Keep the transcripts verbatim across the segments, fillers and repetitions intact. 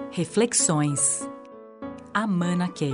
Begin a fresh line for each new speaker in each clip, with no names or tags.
Reflexões. Amana Key.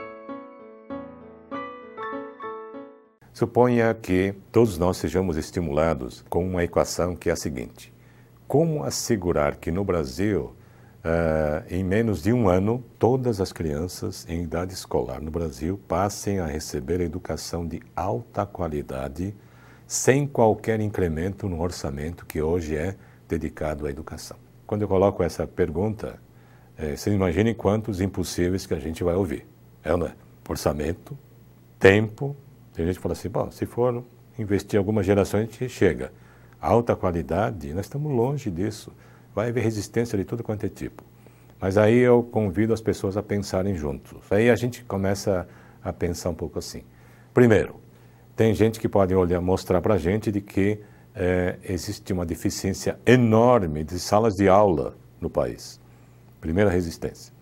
Suponha que todos nós sejamos estimulados com uma equação que é a seguinte: como assegurar que no Brasil, uh, em menos de um ano, todas as crianças em idade escolar no Brasil passem a receber educação de alta qualidade, sem qualquer incremento no orçamento que hoje é dedicado à educação? Quando eu coloco essa pergunta, eh, vocês imaginem quantos impossíveis que a gente vai ouvir. É ou não é? Orçamento, tempo. Tem gente que fala assim, bom, se for investir em algumas gerações, a gente chega. Alta qualidade, nós estamos longe disso. Vai haver resistência de tudo quanto é tipo. Mas aí eu convido as pessoas a pensarem juntos. Aí a gente começa a pensar um pouco assim. Primeiro, tem gente que pode olhar, mostrar para a gente de que é, existe uma deficiência enorme de salas de aula no país. Primeira resistência.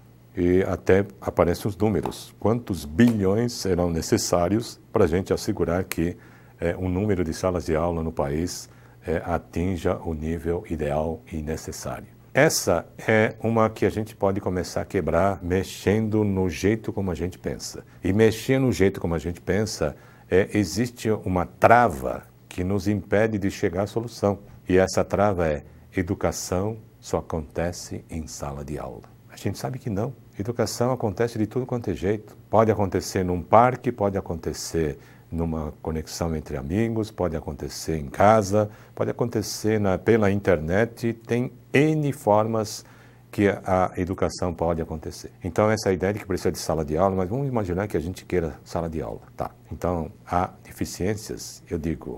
E até aparecem os números. Quantos bilhões serão necessários para a gente assegurar que é, o número de salas de aula no país é, atinja o nível ideal e necessário? Essa é uma que a gente pode começar a quebrar mexendo no jeito como a gente pensa. E mexer no jeito como a gente pensa, é, existe uma trava que nos impede de chegar à solução. E essa trava é: educação só acontece em sala de aula. A gente sabe que não. Educação acontece de tudo quanto é jeito. Pode acontecer num parque, pode acontecer numa conexão entre amigos, pode acontecer em casa, pode acontecer na, pela internet. Tem N formas que a educação pode acontecer. Então, essa ideia de que precisa de sala de aula, mas vamos imaginar que a gente queira sala de aula. Tá. Então, há deficiências, eu digo,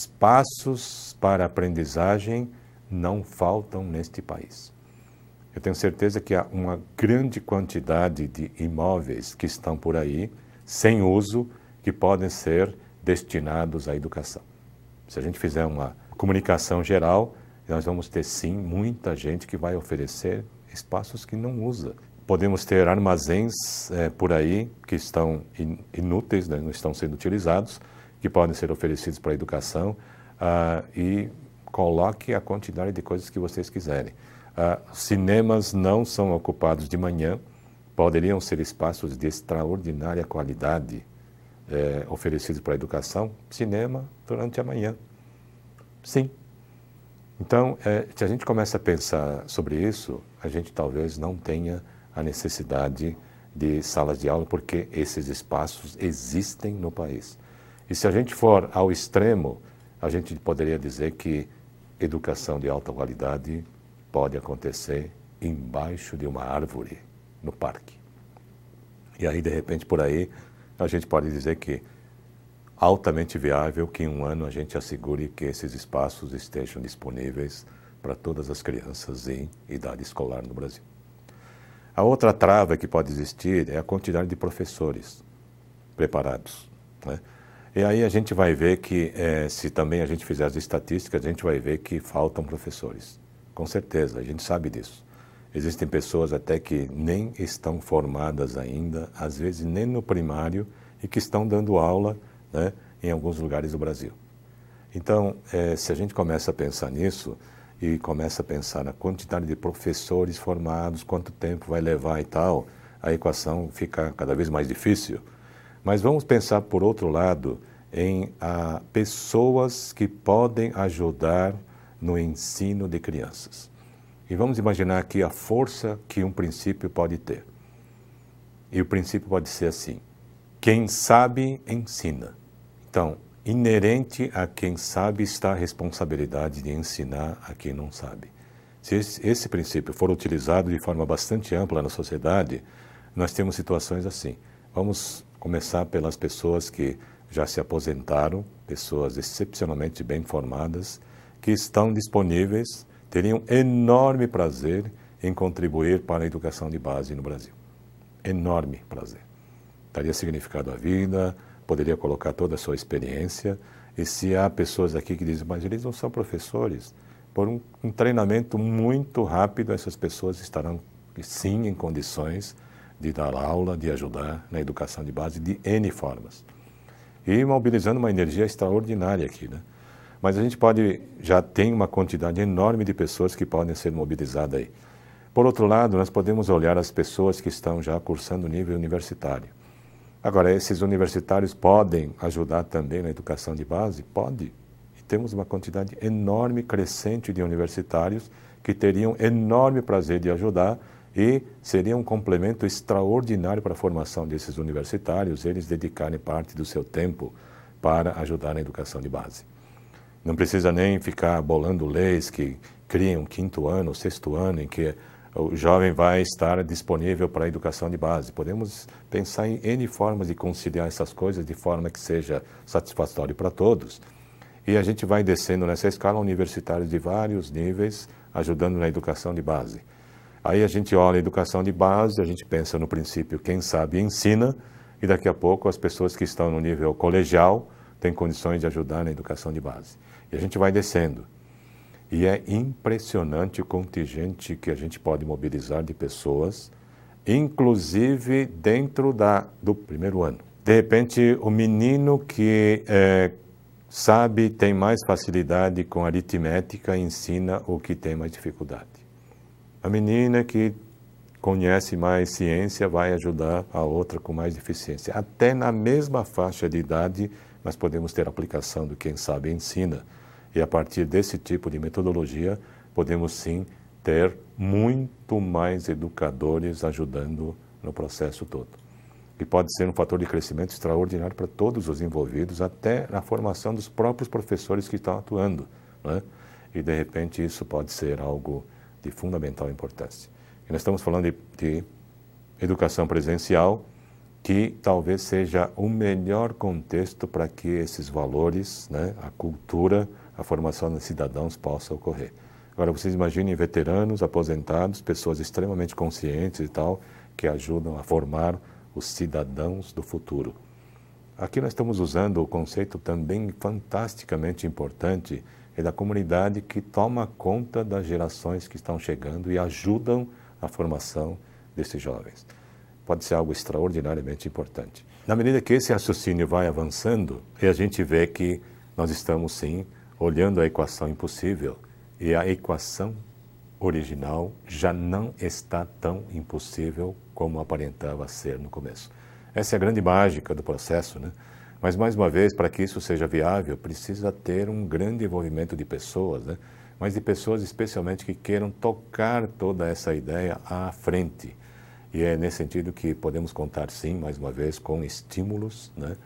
espaços para aprendizagem não faltam neste país. Eu tenho certeza que há uma grande quantidade de imóveis que estão por aí, sem uso, que podem ser destinados à educação. Se a gente fizer uma comunicação geral, nós vamos ter sim muita gente que vai oferecer espaços que não usa. Podemos ter armazéns é, por aí que estão in, inúteis, né, não estão sendo utilizados, que podem ser oferecidos para a educação, uh, e coloque a quantidade de coisas que vocês quiserem. Uh, cinemas não são ocupados de manhã, poderiam ser espaços de extraordinária qualidade é, oferecidos para a educação. Cinema durante a manhã. Sim. Então, é, se a gente começa a pensar sobre isso, a gente talvez não tenha a necessidade de salas de aula, porque esses espaços existem no país. E se a gente for ao extremo, a gente poderia dizer que educação de alta qualidade pode acontecer embaixo de uma árvore no parque. E aí, de repente, por aí, a gente pode dizer que altamente viável que em um ano a gente assegure que esses espaços estejam disponíveis para todas as crianças em idade escolar no Brasil. A outra trava que pode existir é a quantidade de professores preparados, né? E aí a gente vai ver que, é, se também a gente fizer as estatísticas, a gente vai ver que faltam professores. Com certeza, a gente sabe disso. Existem pessoas até que nem estão formadas ainda, às vezes nem no primário, e que estão dando aula, né, em alguns lugares do Brasil. Então, é, se a gente começa a pensar nisso e começa a pensar na quantidade de professores formados, quanto tempo vai levar e tal, a equação fica cada vez mais difícil. Mas vamos pensar, por outro lado, em a, pessoas que podem ajudar no ensino de crianças. E vamos imaginar aqui a força que um princípio pode ter. E o princípio pode ser assim: quem sabe, ensina. Então, inerente a quem sabe está a responsabilidade de ensinar a quem não sabe. Se esse, esse princípio for utilizado de forma bastante ampla na sociedade, nós temos situações assim. Vamos começar pelas pessoas que já se aposentaram, pessoas excepcionalmente bem formadas, que estão disponíveis, teriam enorme prazer em contribuir para a educação de base no Brasil. Enorme prazer. Daria significado à vida, poderia colocar toda a sua experiência. E se há pessoas aqui que dizem, mas eles não são professores, por um, um treinamento muito rápido, essas pessoas estarão, sim, em condições de dar aula, de ajudar na educação de base de N formas. E mobilizando uma energia extraordinária aqui, né? Mas a gente pode, já tem uma quantidade enorme de pessoas que podem ser mobilizadas aí. Por outro lado, nós podemos olhar as pessoas que estão já cursando o nível universitário. Agora, esses universitários podem ajudar também na educação de base? Pode. E temos uma quantidade enorme, crescente de universitários que teriam enorme prazer de ajudar e seria um complemento extraordinário para a formação desses universitários, eles dedicarem parte do seu tempo para ajudar na educação de base. Não precisa nem ficar bolando leis que criam quinto ano, sexto ano, em que o jovem vai estar disponível para a educação de base. Podemos pensar em N formas de conciliar essas coisas de forma que seja satisfatório para todos. E a gente vai descendo nessa escala universitários de vários níveis, ajudando na educação de base. Aí a gente olha a educação de base, a gente pensa no princípio, quem sabe ensina, e daqui a pouco as pessoas que estão no nível colegial têm condições de ajudar na educação de base. E a gente vai descendo. E é impressionante o contingente que a gente pode mobilizar de pessoas, inclusive dentro da, do primeiro ano. De repente, o menino que é, sabe, tem mais facilidade com aritmética, ensina o que tem mais dificuldade. A menina que conhece mais ciência vai ajudar a outra com mais deficiência. Até na mesma faixa de idade, nós podemos ter aplicação do quem sabe ensina. E a partir desse tipo de metodologia, podemos sim ter muito mais educadores ajudando no processo todo. E pode ser um fator de crescimento extraordinário para todos os envolvidos, até na formação dos próprios professores que estão atuando, né? E de repente isso pode ser algo de fundamental importância. E nós estamos falando de, de educação presencial, que talvez seja o melhor contexto para que esses valores, né, a cultura, a formação dos cidadãos possa ocorrer. Agora, vocês imaginem veteranos, aposentados, pessoas extremamente conscientes e tal, que ajudam a formar os cidadãos do futuro. Aqui nós estamos usando o conceito também fantasticamente importante, é da comunidade que toma conta das gerações que estão chegando e ajudam a formação desses jovens. Pode ser algo extraordinariamente importante. Na medida que esse raciocínio vai avançando, a gente vê que nós estamos, sim, olhando a equação impossível, e a equação original já não está tão impossível como aparentava ser no começo. Essa é a grande mágica do processo, né? Mas, mais uma vez, para que isso seja viável, precisa ter um grande envolvimento de pessoas, né? Mas de pessoas especialmente que queiram tocar toda essa ideia à frente. E é nesse sentido que podemos contar, sim, mais uma vez, com estímulos, né?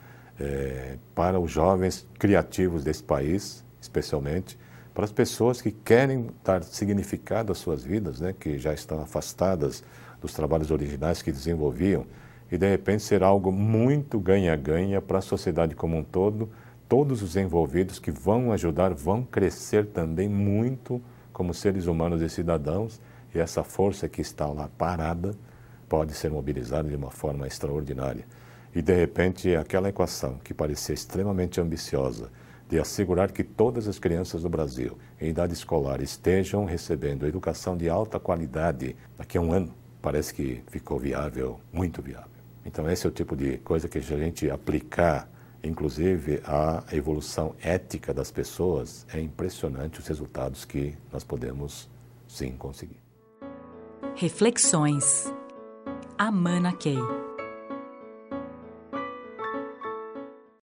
É, para os jovens criativos desse país, especialmente, para as pessoas que querem dar significado às suas vidas, né? Que já estão afastadas dos trabalhos originais que desenvolviam, e de repente ser algo muito ganha-ganha para a sociedade como um todo. Todos os envolvidos que vão ajudar vão crescer também muito como seres humanos e cidadãos, e essa força que está lá parada pode ser mobilizada de uma forma extraordinária. E de repente aquela equação que parecia extremamente ambiciosa de assegurar que todas as crianças do Brasil em idade escolar estejam recebendo educação de alta qualidade daqui a um ano, parece que ficou viável, muito viável. Então esse é o tipo de coisa que a gente aplicar, inclusive a evolução ética das pessoas, é impressionante os resultados que nós podemos sim conseguir.
Reflexões. Amana Key.